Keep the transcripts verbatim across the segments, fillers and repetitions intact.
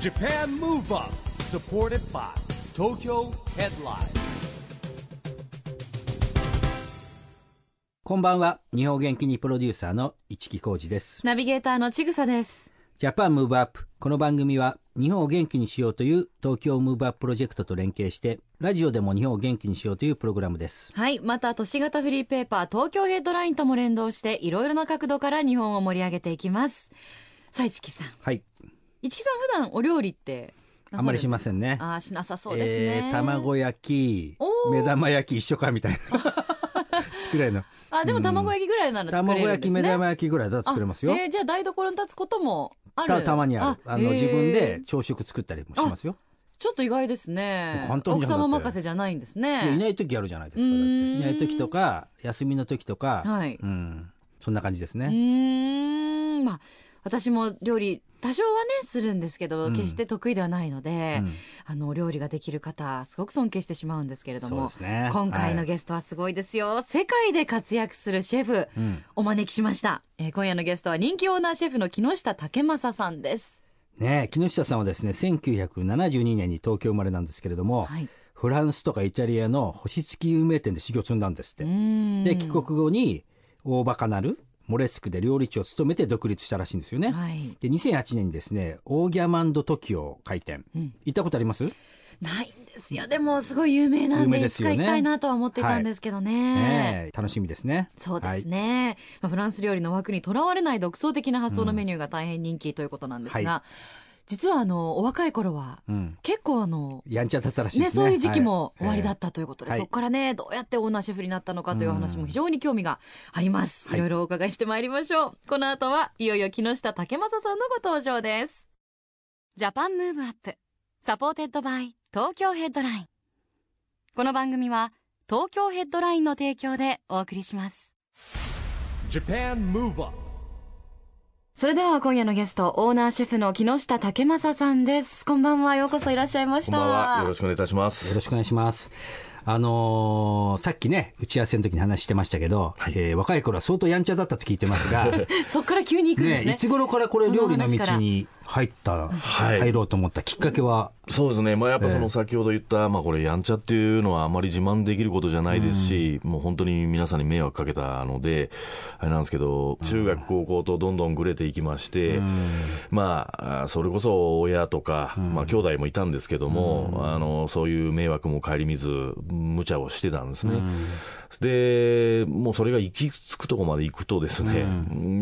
Japan Move Up supported by Tokyo Headline。 こんばんは。日本元気にプロデューサーの市木浩司です。 ナビゲーターのちぐさです。 ジャパンムーブアップ。この番組は日本を元気にしようという東京ムーブアッププロジェクトと連携してラジオでも日本を元気にしようというプログラムです。 はい。また都市型フリーペーパー東京ヘッドラインとも連動していろいろな角度から日本を盛り上げていきます。さあ市木さん。 はい。 市木さん普段お料理ってあんまりしませんね。 ああしなさそうですね、 えー、卵焼き目玉焼き一緒かみたいな作れるの。 あでも卵焼きぐらいなら作れるんですね。 卵焼き目玉焼きぐらいだと作れますよ。 えー、じゃあ台所に立つこともある。 た, たまにある。 ああの、えー、自分で朝食作ったりもしますよ。 ちょっと意外ですね。 簡単じゃん。 奥様任せじゃないんですね。 いない時あるじゃないですか。だっていない時とか休みの時とか、 はい、 うん、そんな感じですね。 うーん、まあ私も料理多少はねするんですけど、うん、決して得意ではないので、うん、あの料理ができる方すごく尊敬してしまうんですけれども、 そうですね、 今回のゲストはすごいですよ、はい、世界で活躍するシェフ、うん、お招きしました、えー、今夜のゲストは人気オーナーシェフの木下武正さんですね。木下さんはですねせんきゅうひゃくななじゅうにねんに東京生まれなんですけれども、はい、フランスとかイタリアの星付き有名店で修行を積んだんですって。で帰国後に大バカなるモレスクで料理長を務めて独立したらしいんですよね、はい、でにせんはちねんにですねオーギャマンドトキオ開店、うん、行ったことあります？ ないんですよ。でもすごい有名なんでいつか行きたいなとは思ってたんですけどね、 はいね、楽しみですね。 そうですね、はい、まあ、フランス料理の枠にとらわれない独創的な発想のメニューが大変人気ということなんですが、うんはい、実はあのお若い頃は、うん、結構あのやんちゃだったらしいですね。 ね、そういう時期も終わりだったということで、はい、そこからねどうやってオーナーシェフになったのかという話も非常に興味があります、はい、いろいろお伺いしてまいりましょう。この後はいよいよ木下武正さんのご登場です。ジャパンムーブアップサポーテッドバイ東京ヘッドライン。この番組は東京ヘッドラインの提供でお送りします。 Japan Move Up。 それでは今夜のゲストオーナーシェフの木下武正さんです。こんばんは。ようこそいらっしゃいました。 こんばんは。よろしくお願いいたします。 よろしくお願いします。あのー、さっきね打ち合わせの時に話してましたけど、はい、えー、若い頃は相当やんちゃだったと聞いてますがそっから急に行くんですね。 ね、いつ頃からこれ料理の道に入った、はい、入ろうと思ったきっかけは？ そうですね、まあ、やっぱその先ほど言った、えーまあ、これやんちゃっていうのはあまり自慢できることじゃないですし、うん、もう本当に皆さんに迷惑かけたのであれなんですけど、中学高校とどんどんぐれていきまして、うん、まあそれこそ親とか、うんまあ、兄弟もいたんですけども、うん、あのそういう迷惑も顧みず無茶をしてたんですね、うん、でもうそれが行き着くところまで行くとですね、うん、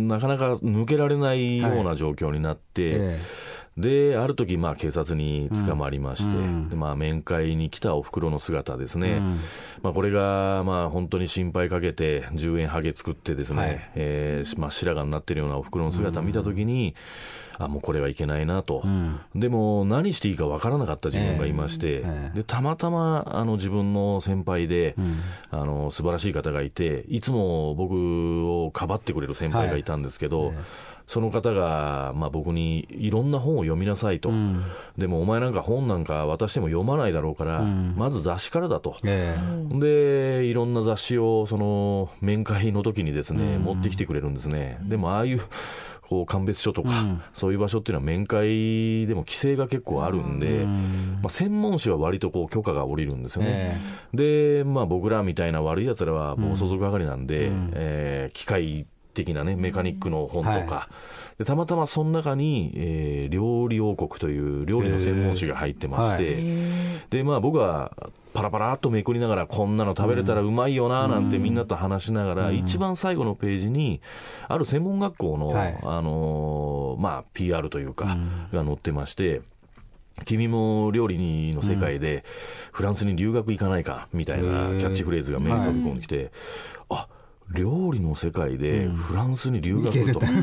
なかなか抜けられないような状況になって、はい、えーである時まあ警察に捕まりまして、うん、でまあ面会に来たお袋の姿ですね、うんまあ、これがまあ本当に心配かけてじゅうえんハゲ作ってですね、はいえーまあ、白髪になってるようなお袋の姿を見た時に、うん、あもうこれはいけないなと、うん、でも何していいか分からなかった自分がいまして、えーえー、でたまたまあの自分の先輩で、うん、あの素晴らしい方がいていつも僕をかばってくれる先輩がいたんですけど、はいえーその方が、まあ、僕にいろんな本を読みなさいと、うん、でもお前なんか本なんか渡しても読まないだろうから、うん、まず雑誌からだと、えー、でいろんな雑誌をその面会の時にですね、うん、持ってきてくれるんですね。でもああいうこう鑑別所とか、うん、そういう場所っていうのは面会でも規制が結構あるんで、うんまあ、専門誌は割とこう許可が下りるんですよね、えー、で、まあ、僕らみたいな悪いやつらは暴走族係なんで、うんえー、機械的なねメカニックの本とか、うんはい、でたまたまその中に、えー、料理王国という料理の専門誌が入ってまして、えー、でまあ僕はパラパラっとめくりながらこんなの食べれたらうまいよななんてみんなと話しながら、うん、一番最後のページにある専門学校の、はいあのーまあ、ピーアール というか、うん、が載ってまして、君も料理の世界でフランスに留学行かないかみたいなキャッチフレーズが目に飛び込んできて、はい、あ料理の世界でフランスに留学と、うん、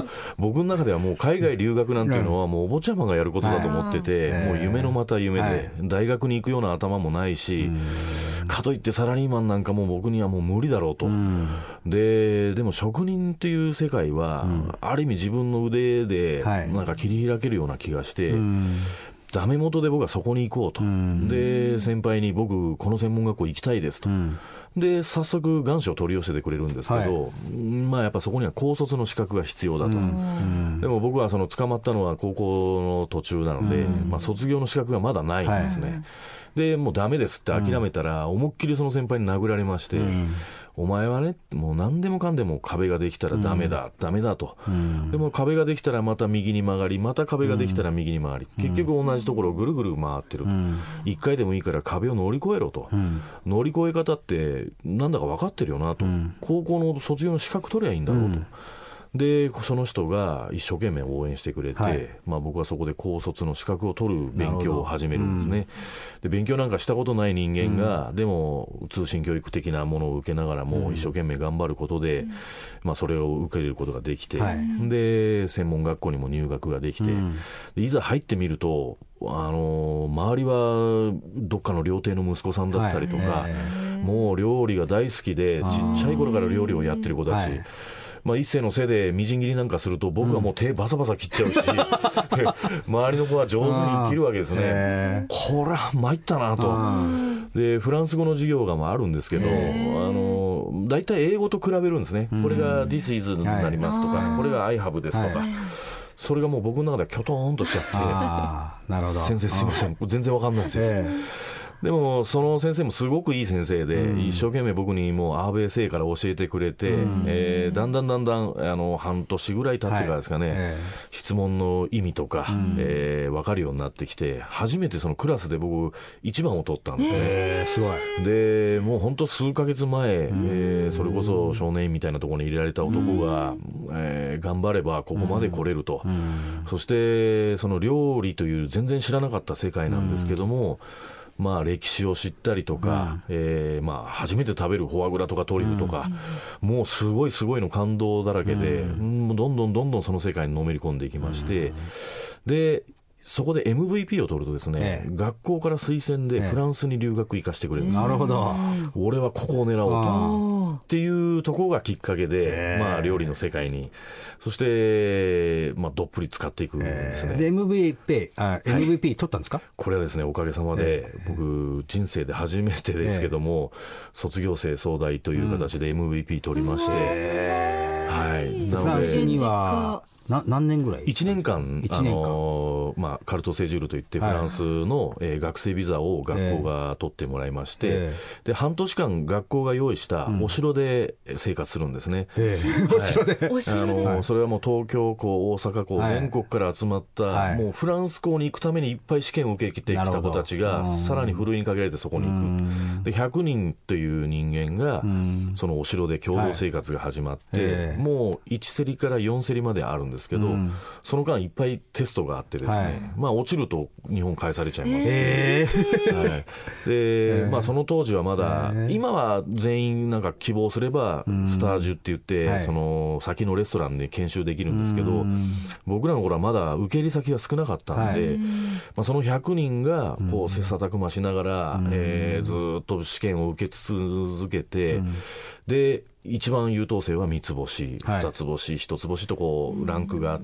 僕の中ではもう海外留学なんていうのはもうお坊ちゃまがやることだと思ってて、はい、もう夢のまた夢で、はい、大学に行くような頭もないし、うん、かといってサラリーマンなんかも僕にはもう無理だろうと、うん、で, でも職人っていう世界は、うん、ある意味自分の腕でなんか切り開けるような気がして、うんダメ元で僕はそこに行こうと、うん、で先輩に僕この専門学校行きたいですと、うん、 で早速願書を取り寄せてくれるんですけど、はい、まあやっぱそこには高卒の資格が必要だと、うん、でも僕はその捕まったのは高校の途中なので、うんまあ、卒業の資格がまだないんですね、はい、でもうダメですって諦めたら、思いっきりその先輩に殴られまして、うん、お前はねもう何でもかんでも壁ができたらダメだ、うん、ダメだと、うん、でも壁ができたらまた右に曲がり、また壁ができたら右に曲がり、うん、結局同じところをぐるぐる回ってると、うん、いっかいでもいいから壁を乗り越えろと、うん、乗り越え方ってなんだか分かってるよなと、うん、高校の卒業の資格取りゃいいんだろうと、うんでその人が一生懸命応援してくれて、はいまあ、僕はそこで高卒の資格を取る勉強を始めるんですね、うん、で勉強なんかしたことない人間が、うん、でも通信教育的なものを受けながらも一生懸命頑張ることで、うんまあ、それを受け入れることができて、はい、で専門学校にも入学ができて、うん、でいざ入ってみるとあの周りはどっかの料亭の息子さんだったりとか、はい、もう料理が大好きでちっちゃい頃から料理をやってる子たち、はいまあ、一世の背でみじん切りなんかすると僕はもう手バサバサ切っちゃうし、うん、周りの子は上手に切るわけですね。これは参ったなと。でフランス語の授業がまああるんですけど、あの大体英語と比べるんですね、うん、これが This is になりますとか、はい、これが I have ですとか、はい、それがもう僕の中ではキョトーンとしちゃってあなるほど先生すいません全然わかんないです、えーでもその先生もすごくいい先生で、うん、一生懸命僕にもうアーベイセイから教えてくれて、うんえー、だんだんだんだんあの半年ぐらい経ってからですかね、はいえー、質問の意味とか、うんえー、分かるようになってきて初めてそのクラスで僕一番を取ったんですね、えー、すごいでもう本当数ヶ月前、うんえー、それこそ少年院みたいなところに入れられた男が、うんえー、頑張ればここまで来れると、うん、そしてその料理という全然知らなかった世界なんですけども、うんまあ、歴史を知ったりとか、うんえーまあ、初めて食べるフォアグラとかトリュフとか、うん、もうすごいすごいの感動だらけで、うん、どんどんどんどんその世界にのめり込んでいきまして、うん、でそこで エムブイピー を取るとですね、ええ、学校から推薦でフランスに留学行かせてくれるんです、 ええ、なるほど俺はここを狙おうとっていうところがきっかけで、ええまあ、料理の世界にそして、まあ、どっぷり使っていくんですね、 えー、で エムブイピー、あ、はい、エムブイピー 取ったんですか？これはですねおかげさまで、えー、僕人生で初めてですけども、えー、卒業生総代という形で エムブイピー 取りまして、えー、はいなのでフランスにはな何年ぐらいいちねんかん、あのーまあ、カルトセジュールといってフランスの、はいえー、学生ビザを学校が取ってもらいまして、えー、で半年間学校が用意したお城で生活するんですね、うんえー、お城で、はい、お城で、あのー、それはもう東京校大阪校、はい、全国から集まった、はい、もうフランス校に行くためにいっぱい試験を受けてきた子たちがさらにふるいにかけられてそこに行くでひゃくにんという人間がそのお城で共同生活が始まって、はい、もういちセリからよんセリまであるんですけど、うん、その間いっぱいテストがあってですね、はい、まあ落ちると日本返されちゃいます、えーはい、で、えーまあ、その当時はまだ、えー、今は全員なんか希望すればスタージュって言って、うん、その先のレストランで研修できるんですけど、うん、僕らの頃はまだ受け入れ先が少なかったんで、はいまあ、そのひゃくにんがこう切磋琢磨しながら、うんえー、ずっと試験を受け続けて、うん、で一番優等生は三つ星、はい、二つ星、一つ星とこうランクがあって、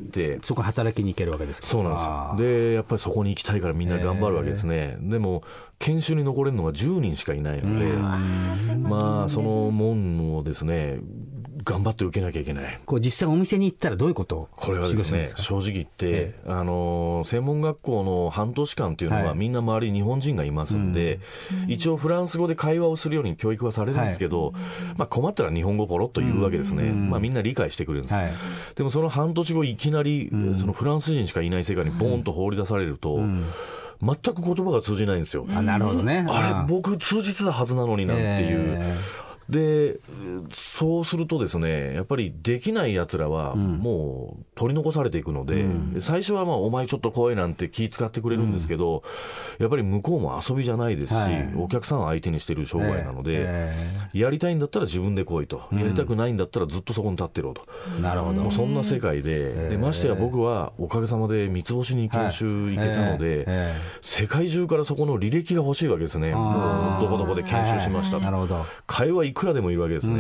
そこ働きに行けるわけですか？ そうなんですよ。でやっぱりそこに行きたいからみんな頑張るわけですね。でも研修に残れるのがじゅうにんしかいないので、まあその門をですね頑張って受けなきゃいけない。 こう実際お店に行ったらどういうことをこれはですね正直言って、ええ、あの専門学校の半年間というのは、はい、みんな周りに日本人がいますんで、うん、一応フランス語で会話をするように教育はされるんですけど、はいまあ、困ったら日本語ポロッと言うわけですね、うんまあ、みんな理解してくれるんです、はい、でもその半年後いきなり、うん、そのフランス人しかいない世界にボーンと放り出されると、うん全く言葉が通じないんですよ。 あ、なるほどね。 あれ僕通じてたはずなのになんていう、えーでそうするとですねやっぱりできないやつらはもう取り残されていくので、うん、最初はまあお前ちょっと怖いなんて気使ってくれるんですけど、うん、やっぱり向こうも遊びじゃないですし、はい、お客さんを相手にしている商売なので、えー、やりたいんだったら自分で来いと、うん、やりたくないんだったらずっとそこに立ってろと、なるほどもうそんな世界で、でましてや僕はおかげさまで三つ星に研修行けたので、はいえーえー、世界中からそこの履歴が欲しいわけですね。どこどこで研修しましたと、なるほど会話いくらでもいいわけですね、うん、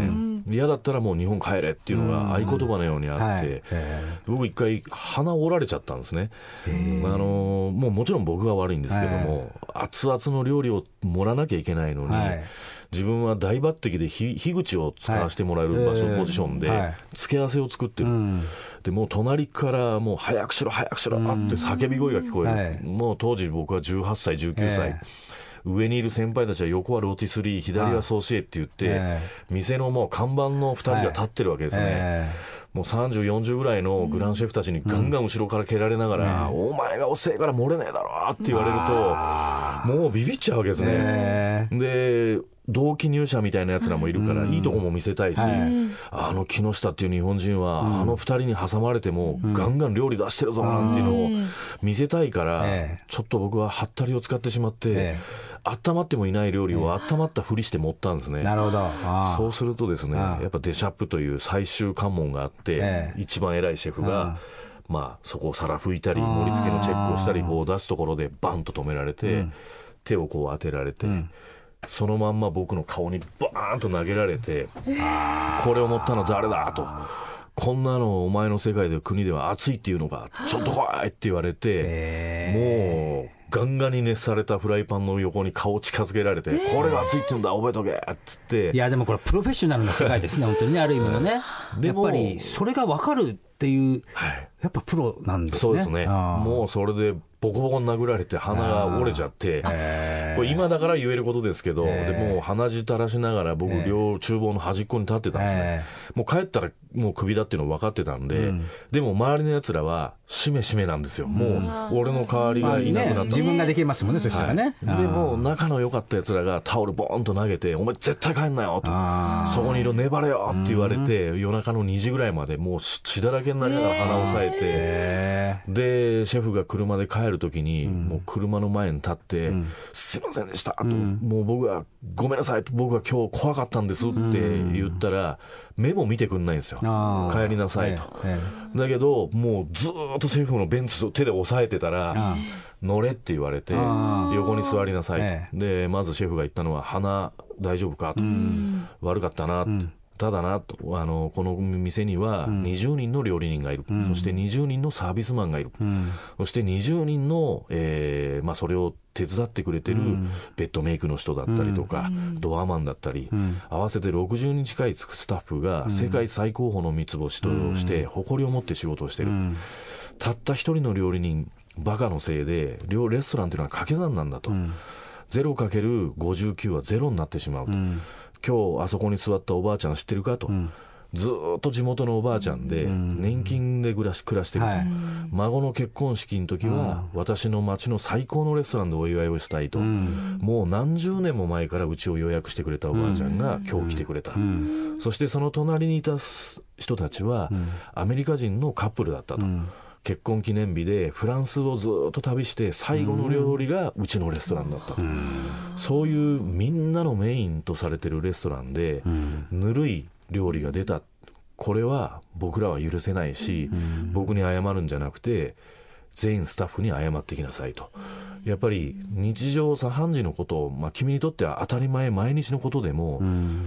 嫌だったらもう日本帰れっていうのが合言葉のようにあって、うんはい、僕一回鼻折られちゃったんですね。あのもうもちろん僕が悪いんですけども、はい、熱々の料理を盛らなきゃいけないのに、はい、自分は大抜擢で火口を使わせてもらえる場所、はい、ポジションで付け合わせを作ってる、はい、でもう隣からもう早くしろ早くしろって叫び声が聞こえる、はい、もう当時僕はじゅうはっさいじゅうきゅうさい、はい上にいる先輩たちは横はローティスリー左はソーシエって言って、えー、店のもう看板のふたりが立ってるわけですね、はいえー、もうさんじゅう、よんじゅうぐらいのグランシェフたちにガンガン後ろから蹴られながら、うん、お前が遅いから漏れねえだろって言われるともうビビっちゃうわけですね、えー、で同期入社みたいなやつらもいるから、うん、いいとこも見せたいし、はい、あの木下っていう日本人は、うん、あのふたりに挟まれても、うん、ガンガン料理出してるぞなんていうのを見せたいから、うん、ちょっと僕はハッタリを使ってしまって、えー、温まってもいない料理を温まったふりして盛ったんですね。なるほど。そうするとですね、やっぱデシャップという最終関門があって、えー、一番偉いシェフが、まあ、そこを皿拭いたり盛り付けのチェックをしたりこう出すところでバンと止められて、うん、手をこう当てられて、うんそのまんま僕の顔にバーンと投げられて、これを持ったの誰だと、こんなのお前の世界で国では熱いっていうのか、ちょっと来いって言われて、もうガンガンに熱されたフライパンの横に顔近づけられて、これが熱いって言うんだ覚えとけっつって。 いやでもこれプロフェッショナルな世界ですね本当にねある意味のね。やっぱりそれが分かるっていう、はい、やっぱプロなんですね。 そうですね。もうそれでボコボコに殴られて鼻が折れちゃって、これ今だから言えることですけど、でもう鼻血垂らしながら僕両厨房の端っこに立ってたんですね。もう帰ったらもうクビだっていうの分かってたんで、うん、でも周りのやつらはしめしめなんですよ。もう俺の代わりがいなくなった、まあね、 自分ができますもんね、そしたらね、 はい、でも仲の良かったやつらがタオルボーンと投げてお前絶対帰んなよと、そこにいる粘れよって言われて、うん、夜中のにじぐらいまでもう血だらけになりながら鼻を押さえて、でシェフが車で帰るときに、うん、もう車の前に立って、うん、すいませんでしたと、うん、もう僕はごめんなさいと、僕は今日怖かったんですって言ったら、うん、目も見てくんないんですよ。帰りなさいと、ええ、だけどもうずっとシェフのベンツを手で押さえてたら乗れって言われて横に座りなさい、ええ、でまずシェフが言ったのは鼻大丈夫かと、うん、悪かったなと、うんただなと、あのこの店にはにじゅうにんの料理人がいる、うん、そしてにじゅうにんのサービスマンがいる、うん、そしてにじゅうにんの、えーまあ、それを手伝ってくれてるベッドメイクの人だったりとか、うん、ドアマンだったり、うん、合わせてろくじゅうにん近いスタッフが世界最高峰の三つ星として誇りを持って仕事をしてる、うん、たった一人の料理人バカのせいでレストランというのは掛け算なんだと、うん、ゼロかけるごじゅうきゅう はゼロになってしまうと、うん今日あそこに座ったおばあちゃん知ってるかと、うん、ずっと地元のおばあちゃんで年金で暮らし、暮らしてると、はい、孫の結婚式の時は私の町の最高のレストランでお祝いをしたいと、うん、もう何十年も前からうちを予約してくれたおばあちゃんが今日来てくれた、うん、そしてその隣にいた人たちはアメリカ人のカップルだったと、うん結婚記念日でフランスをずっと旅して最後の料理がうちのレストランだったと、うん、そういうみんなのメインとされてるレストランで、うん、ぬるい料理が出たこれは僕らは許せないし、うん、僕に謝るんじゃなくて全員スタッフに謝ってきなさいとやっぱり日常茶飯事のことを、まあ、君にとっては当たり前毎日のことでも、うん、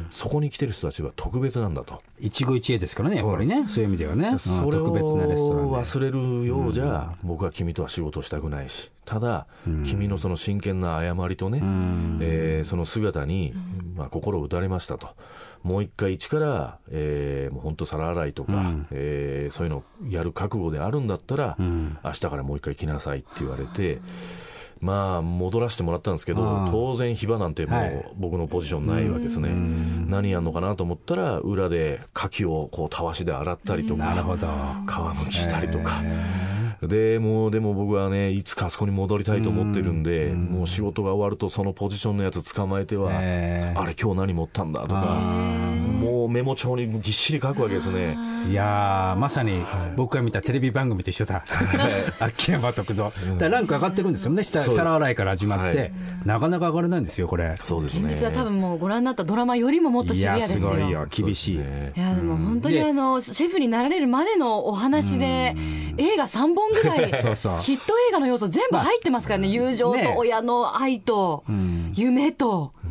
そこに来てる人たちは特別なんだと一期一会ですからねやっぱりねそういう意味ではねそれを忘れるようじゃ、うん、僕は君とは仕事したくないしただ、うん、君のその真剣な謝りとね、うんえー、その姿に、まあ、心を打たれましたともう一回一から、えー、もう本当皿洗いとか、うんえー、そういうのをやる覚悟であるんだったら、うん、明日からもう一回来なさいって言われてまあ戻らせてもらったんですけど当然火場なんてもう僕のポジションないわけですね、はい、何やんのかなと思ったら裏で牡蠣をこうたわしで洗ったりとかなるほど皮むきしたりとかでもうでも僕はねいつかあそこに戻りたいと思ってるんでもう仕事が終わるとそのポジションのやつ捕まえてはあれ今日何持ったんだとかもうメモ帳にぎっしり書くわけですねいやまさに僕が見たテレビ番組と一緒だ秋山徳蔵だランク上がってるんですよね皿洗いから始まって、はい、なかなか上がれないんですよこれそうですね現実は多分もうご覧になったドラマよりももっとシビアですよいやすごいよ厳しい、 ね、いやでも本当にあのシェフになられるまでのお話で映画さんぼんぐらいそうそうヒット映画の要素全部入ってますからね、まあ、友情と親の愛と夢と、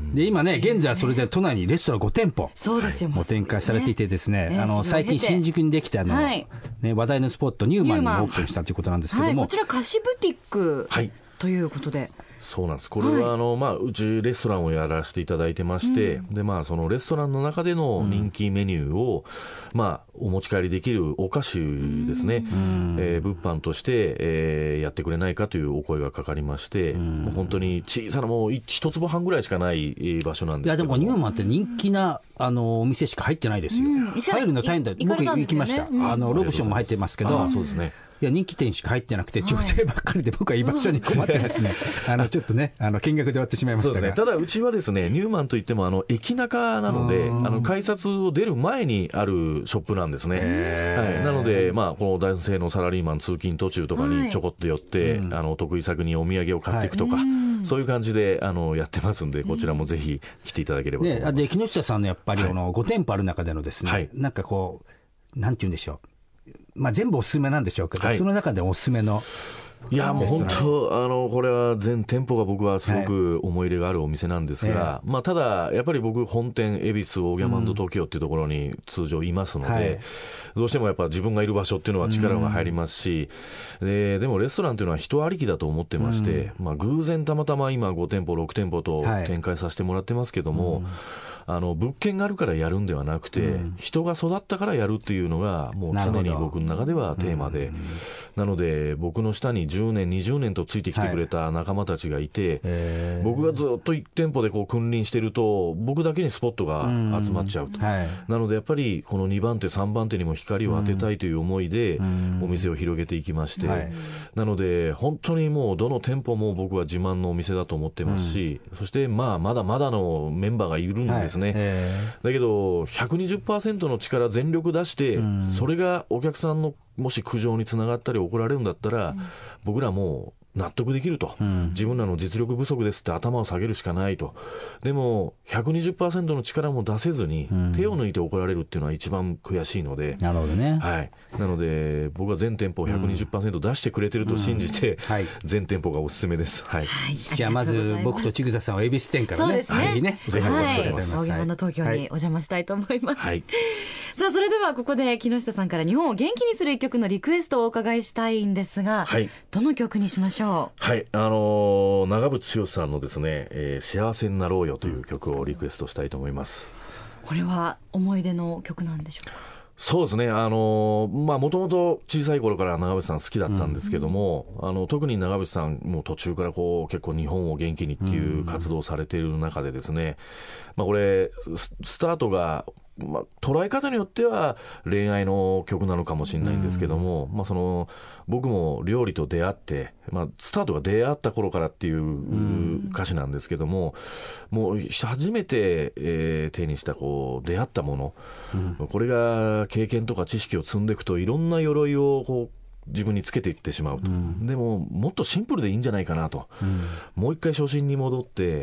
で今ね現在はそれで都内にレストランご店舗そうですよ、 もう展開されていてですね、 ねあの最近新宿にできたあの、 はいね、話題のスポットニューマンにもオープンしたということなんですけども、 はい、こちら貸しブティック、 はいということで、 そうなんです。これはあの、まあ、うちレストランをやらせていただいてまして、うん、でまあ、そのレストランの中での人気メニューを、うんまあ、お持ち帰りできるお菓子ですね、うんえー、物販として、えー、やってくれないかというお声がかかりまして、うん、もう本当に小さなもう一坪半ぐらいしかない場所なんですけど、いやでもニューマンって人気なあのお店しか入ってないですよ、うん、入るの大変だ。僕行きました、うん、あのロブションも入ってますけど、 そうですね、 いや人気店しか入ってなくて女性ばっかりで僕は居場所に困ってですね、はい、あのちょっとねあの見学で終わってしまいましたが、 そうですね、ただうちはですねニューマンといってもあの駅中なのであの改札を出る前にあるショップなんですね、はい、なので、まあ、この男性のサラリーマン通勤途中とかにちょこっと寄って、はい、あの得意作にお土産を買っていくとか、はい、そういう感じであのやってますんで、こちらもぜひ来ていただければと思います。 で木下さんのやっぱりあの、はい、ご店舗ある中でのですね、はい、なんかこうなんて言うんでしょう、まあ、全部おすすめなんでしょうけど、はい、その中でおすすめのいやもう本当あのこれは全店舗が僕はすごく思い入れがあるお店なんですが、はいまあ、ただやっぱり僕本店恵比寿オーギャマンド東京っていうところに通常いますので、うんはい、どうしてもやっぱ自分がいる場所っていうのは力が入りますし、うん、で, でもレストランっていうのは人ありきだと思ってまして、うんまあ、偶然たまたま今ご店舗ろく店舗と展開させてもらってますけども、はいうんあの物件があるからやるんではなくて、うん、人が育ったからやるっていうのがもう常に僕の中ではテーマで、うん、なので僕の下にじゅうねんにじゅうねんとついてきてくれた仲間たちがいて、はい、僕がずっといち店舗でこう君臨してると僕だけにスポットが集まっちゃうと、うんはい、なのでやっぱりこのにばん手さんばん手にも光を当てたいという思いでお店を広げていきまして、うんはい、なので本当にもうどの店舗も僕は自慢のお店だと思ってますし、うん、そしてまあまだまだのメンバーがいるんですね、はいだけど ひゃくにじゅっパーセント の力全力出して、うん、それがお客さんのもし苦情につながったり怒られるんだったら、うん、僕らもう納得できると、うん、自分らの実力不足ですって頭を下げるしかないと。でも ひゃくにじゅっパーセント の力も出せずに、うん、手を抜いて怒られるっていうのは一番悔しいので、 なるほどね、 はい、なので僕は全店舗 ひゃくにじゅっパーセント 出してくれてると信じて、うんはい、全店舗がおすすめです、はいはい、じゃあまず僕と千草さんは恵比寿店からね、 そうですね、 ぜひねぜひお邪魔の東京にお邪魔したいと思います、はい、さあそれではここで木下さんから日本を元気にする一曲のリクエストをお伺いしたいんですが、はい、どの曲にしましょう。 はい、あのー、長渕剛さんのですね、えー、幸せになろうよという曲をリクエストしたいと思います。 これは思い出の曲なんでしょうか。 そうですね、あのまあもともと小さい頃から長渕さん好きだったんですけども、うん、あの特に長渕さんも途中からこう結構日本を元気にっていう活動をされている中でですね、まあ、これスタートがまあ、捉え方によっては恋愛の曲なのかもしれないんですけども、うんまあ、その僕も料理と出会って、まあ、スタートが出会った頃からっていう歌詞なんですけども、もう初めて、えー、手にしたこう出会ったもの、うん、これが経験とか知識を積んでいくといろんな鎧をこう自分につけていってしまうと、うん、でももっとシンプルでいいんじゃないかなと、うん、もう一回初心に戻って、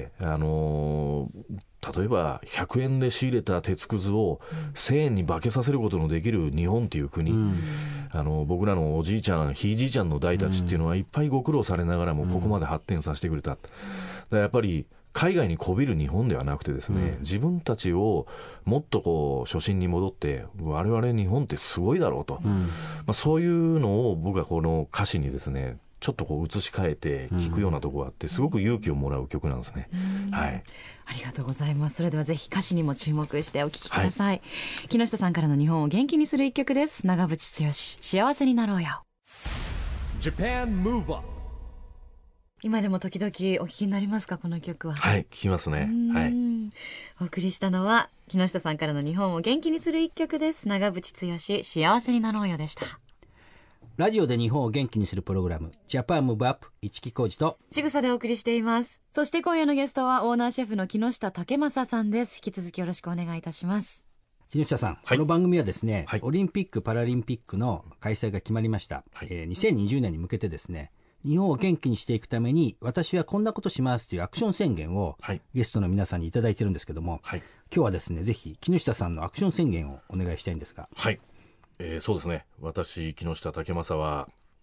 あのー例えばひゃくえんで仕入れた鉄くずをせんえんに化けさせることのできる日本という国、うん、あの僕らのおじいちゃんひいじいちゃんの代たちっていうのはいっぱいご苦労されながらもここまで発展させてくれた、うん、だからやっぱり海外にこびる日本ではなくてですね、うん、自分たちをもっとこう初心に戻って我々日本ってすごいだろうと、うんまあ、そういうのを僕はこの歌詞にですねちょっとこう移し替えて聞くようなところがあって、うん、すごく勇気をもらう曲なんですね、はい、 ありがとうございます。それではぜひ歌詞にも注目してお聴きください、はい、木下さんからの日本を元気にする一曲です。長渕剛、幸せになろうよ。 Japan Move Up。 今でも時々お聴きになりますか、この曲は。 はい、聴きますね、はい、 お送りしたのは木下さんからの日本を元気にする一曲です。長渕剛、幸せになろうよでした。 ラジオで日本を元気にするプログラム、ジャパンムーブアップ、市木浩二とちぐさでお送りしています。そして今夜のゲストはオーナーシェフの木下武正さんです。引き続きよろしくお願いいたします。 木下さん、はい、この番組はですね、はい、オリンピック・パラリンピックの開催が決まりました、はいえー、にせんにじゅうねんに向けてですね、日本を元気にしていくために私はこんなことしますというアクション宣言をゲストの皆さんにいただいてるんですけども、はい、今日はですねぜひ木下さんのアクション宣言をお願いしたいんですが。 はい、えー、そうですね、私木下武正は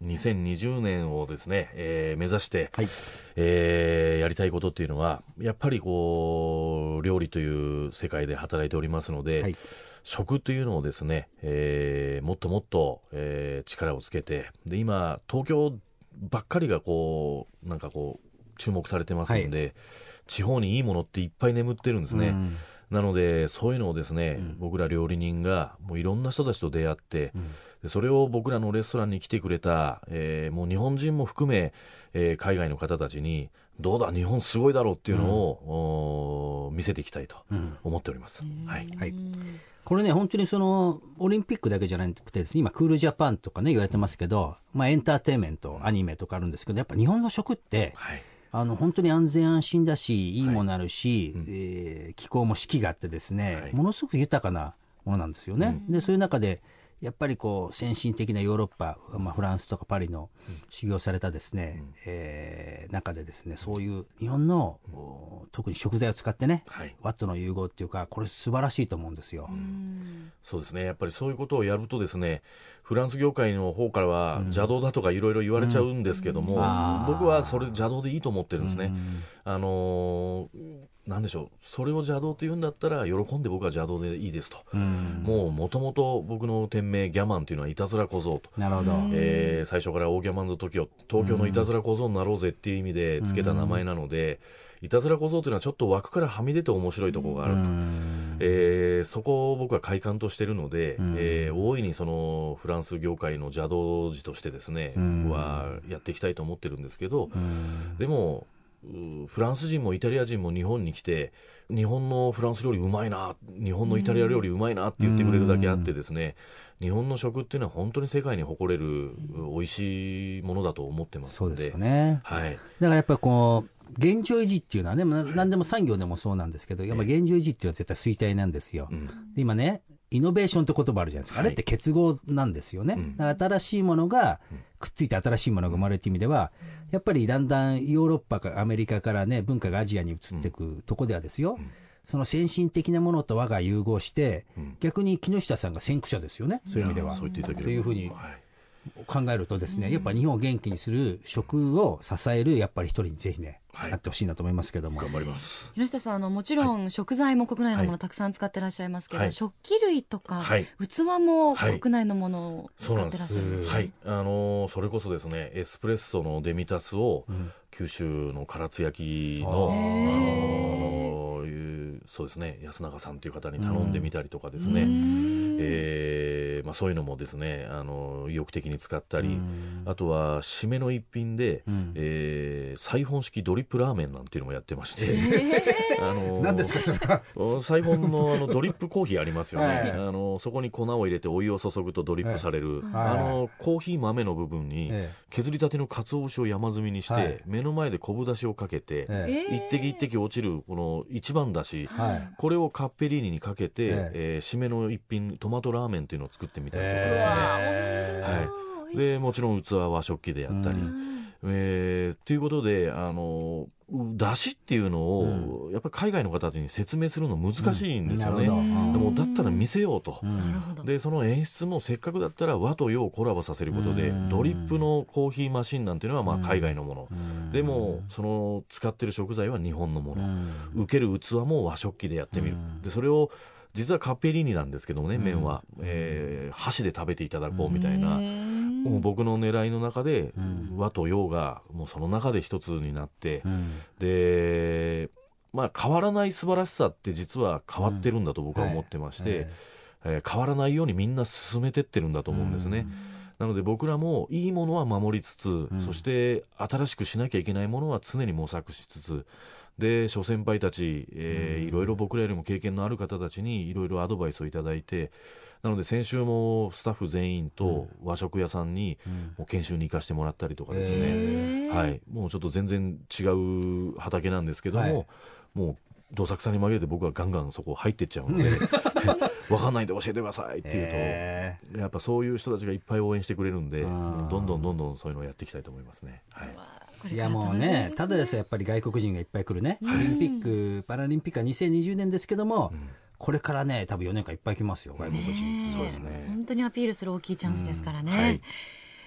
にせんにじゅうねんをですね、えー目指して、 はいえーやりたいことっていうのはやっぱりこう料理という世界で働いておりますので、 はい食というのをですね、えーもっともっと、えー力をつけて、で今東京ばっかりがこうなんかこう注目されてますので、地方にいいものっていっぱい眠ってるんですね。 うんなのでそういうのをですね、 うん僕ら料理人がもういろんな人たちと出会って、 うんでそれを僕らのレストランに来てくれた、えーもう日本人も含め、えー海外の方たちにどうだ日本すごいだろうっていうのを、お見せていきたいとうん思っております。はいはいこれね本当にそのオリンピックだけじゃなくてですね、今クールジャパンとかね言われてますけど、まあ、エンターテインメントアニメとかあるんですけど、やっぱ日本の食ってはいあの本当に安全安心だしいいものあるし、 はいうんえー気候も四季があってですね、 はいものすごく豊かなものなんですよね、でそういう中でやっぱりこう先進的なヨーロッパ、まあ、フランスとかパリの修行されたですね、 うんえー中でですねそういう日本の、お特に食材を使ってね、 はいワットの融合っていうかこれ素晴らしいと思うんですよ、 そうですねやっぱりそういうことをやるとですねフランス業界の方からは邪道だとかいろいろ言われちゃうんですけども、 うんあー僕はそれ邪道でいいと思ってるんですね、 うんあのーなんでしょうそれを邪道と言うんだったら喜んで僕は邪道でいいですと、 うんもうもともと僕の店名ギャマンというのはいたずら小僧と、 なるほど、 えー最初からオーギャマンド東京東京のいたずら小僧になろうぜっていう意味でつけた名前なので、いたずら小僧というのはちょっと枠からはみ出て面白いところがあると、 うんえーそこを僕は快感としているので、 うんえー大いにそのフランス業界の邪道児としてですね、 うん僕はやっていきたいと思ってるんですけど、 うんでもうフランス人もイタリア人も日本に来て日本のフランス料理うまいな日本のイタリア料理うまいなって言ってくれるだけあってですね、日本の食っていうのは本当に世界に誇れる美味しいものだと思ってますので、 そうですよね、 はい、 だからやっぱりこう現状維持っていうのはね、まあ何でも産業でもそうなんですけど、やっぱ現状維持っていうのは絶対衰退なんですよ、 うんで今ねイノベーションって言葉あるじゃないですか、 はいあれって結合なんですよね、 うんだから新しいものがくっついて新しいものが生まれるという意味では、やっぱりだんだんヨーロッパかアメリカからね文化がアジアに移っていくとこではですよ、 うんその先進的なものと和が融合して、 うん逆に木下さんが先駆者ですよね、そういう意味では。 そう言っていただければというふうにはい考えるとですね、やっぱ日本を元気にする食を支えるやっぱり一人にぜひね、 はいなってほしいなと思いますけども。 頑張ります。 木下さんあのもちろん食材も国内のもはのたくさん使ってらっしゃいますけど、 はい食器類とか、 はい器もはい国内のものを使そうなんでってらっしゃいますす。 ね、 はい、あのーそれこそですね、エスプレッソのデミタスを、 うん九州の唐津焼きの、 ああーのーいうそうですね、安永さんという方に頼んでみたりとかですね、 うんえーまあ、そういうのもですね、あのー意欲的に使ったり、 うんあとは締めの一品で、 うんえーサイフォン式ドリップラーメンなんていうのもやってまして、あのー何ですかそれは。 サイフォンのあのドリップコーヒーありますよね、 はいあのそこに粉を入れてお湯を注ぐとドリップされる、 はいあのコーヒー豆の部分にえ削りたての鰹節を山積みにして、 はい目の前で昆布だしをかけて、 ええええ一滴一滴落ちるこの一番だし、 はいこれをカッペリーニにかけて、 ええー締めの一品トマトラーメンっていうのを作ってみたりとかうですね、 わえー美味しそう、 はいでもちろん器は和食器でやったり、 うんえーということであのだしっていうのを、やっぱり海外の方たちに説明するの難しいんですよね、 うんなるほどうんでもだったら見せようと、 うんなるほど。 でその演出もせっかくだったら和と洋をコラボさせることで、 うんドリップのコーヒーマシンなんていうのはまあうん海外のもの、 うんでもその使ってる食材は日本のもうの、 ん受ける器も和食器でやってみる、 うんでそれを実はカッペリーニなんですけどもね、 うん麺は、えー箸で食べていただこうみたいな、 うんもう僕の狙いの中で、 うん和と洋がもうその中で一つになって、 うんで、まあ、変わらない素晴らしさって実は変わってるんだと僕は思ってまして、 ええー変わらないようにみんな進めてってるんだと思うんですね、なので僕らもいいものは守りつつ、 んそして新しくしなきゃいけないものは常に模索しつつで諸先輩たち、えーうんいろいろ僕らよりも経験のある方たちにいろいろアドバイスをいただいて、なので先週もスタッフ全員と和食屋さんにうんもう研修に行かせてもらったりとかですね、 へーはい、もうちょっと全然違う畑なんですけども、 はいもうどさくさに紛れて僕はガンガンそこ入ってっちゃうので分かんないんで教えてくださいっていうと、 えやっぱそういう人たちがいっぱい応援してくれるんで、 うんもうどんどんどんどんそういうのをやっていきたいと思いますね。はい、 これからいやもう楽しみですね、ただでさえやっぱり外国人がいっぱい来るね、オリンピック・パラリンピックはにせんにじゅうねんですけども、 うんこれからね、多分よねんかんいっぱい来ますよ、外国人。 ねえそうですね本当にアピールする大きいチャンスですからね。 はい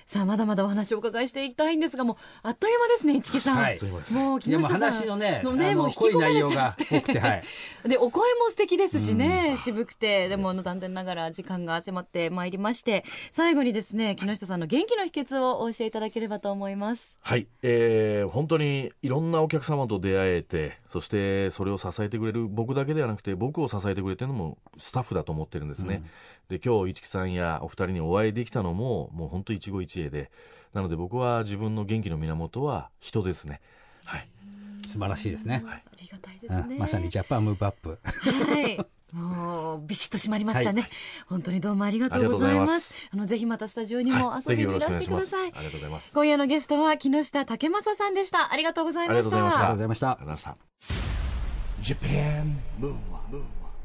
さあまだまだお話をお伺いしていきたいんですが、もうあっという間ですね、市木さん、 はい、 もう木下さん話のね、 のね、 あのもう引き込まれちゃって濃い内容が多くて、はい、 でお声も素敵ですしね、渋くて、でもあの残念ながら時間が迫ってまいりまして、最後にですね、木下さんの元気の秘訣をお教えいただければと思います。 はい、えー、本当にいろんなお客様と出会えて、そしてそれを支えてくれる僕だけではなくて、僕を支えてくれてるのもスタッフだと思ってるんですね、うん、で今日市木さんやお二人にお会いできたのももう本当一期一会で、なので僕は自分の元気の源は人ですね。はい、 素晴らしいですね、 はい、ありがたいですね、 うん、まさにジャパンムーブアップはいもうビシッと締まりましたね、はい、本当にどうもありがとうございます。あのぜひまたスタジオにも遊びにいらしてください、はい、 ありがとうございます。 今夜のゲストは木下武正さんでした。ありがとうございました。 ありがとうございました。ありがとうございました。 Japan Move Up。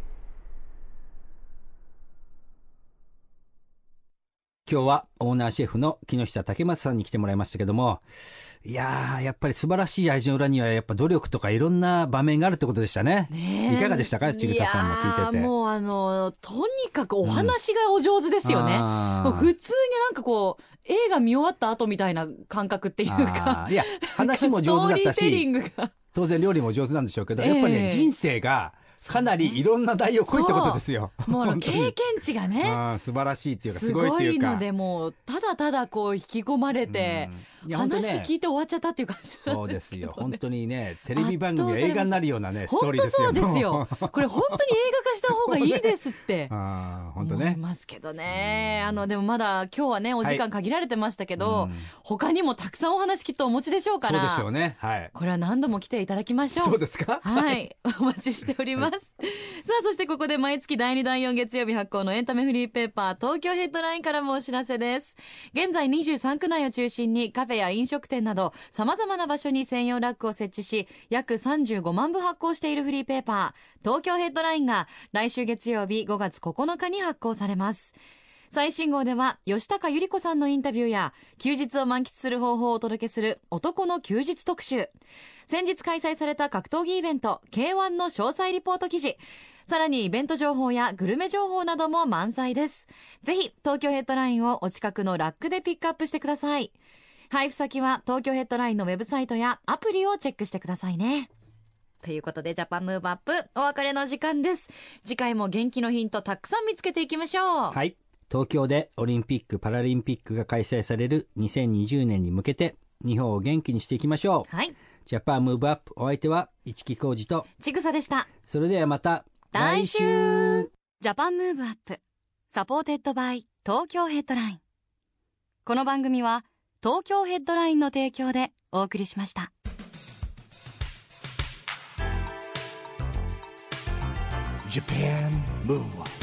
今日はオーナーシェフの木下武正さんに来てもらいましたけども、いやーやっぱり素晴らしい愛情の裏にはやっぱ努力とかいろんな場面があるってことでしたね。ね、いかがでしたか、ちぐささんも聞いてて。 もうあのとにかくお話がお上手ですよね、うん、もう普通になんかこう映画見終わった後みたいな感覚っていうか、 いや話も上手だったし当然料理も上手なんでしょうけど、やっぱりね、えー、人生がかなりいろんな代を超えってことですよ。 もうあの経験値がねあ素晴らしいっていうかすごいっていうか、 すごいので、もうただただこう引き込まれて、うん、いや話聞いて終わっちゃったっていう感じなんですけど、ね、 そうですよ、本当にねテレビ番組は映画になるようなねストーリーですよ。 本当そうですよこれ本当に映画化した方がいいですってあ本当ね思いますけどね。あのでもまだ今日はねお時間限られてましたけど、はい、他にもたくさんお話きっとお持ちでしょうから、 そうでしょうね、はい、 これは何度も来ていただきましょう。 そうですか、 はいお待ちしております、はい、さあそしてここで毎月だいにだいよん月曜日発行のエンタメフリーペーパー東京ヘッドラインからもお知らせです。現在にじゅうさんく内を中心にカフェや飲食店など様々な場所に専用ラックを設置し、約さんじゅうごまんぶ発行しているフリーペーパー東京ヘッドラインが来週月曜日ごがつここのかに発行されます。最新号では吉高由里子さんのインタビューや休日を満喫する方法をお届けする男の休日特集、先日開催された格闘技イベント ケーワン の詳細リポート記事、さらにイベント情報やグルメ情報なども満載です。ぜひ東京ヘッドラインをお近くのラックでピックアップしてください。配布先は東京ヘッドラインのウェブサイトやアプリをチェックしてくださいね。ということでジャパンムーブアップお別れの時間です。次回も元気のヒントたくさん見つけていきましょう。 はい、東京でオリンピック・パラリンピックが開催されるにせんにじゅうねんに向けて日本を元気にしていきましょう。 はい、 ジャパンムーブアップ、お相手は市木浩二とちぐさでした。 それではまた来週。ジャパンムーブアップサポーテッドバイ東京ヘッドライン。この番組は東京ヘッドラインの提供でお送りしました。 Japan Move Up。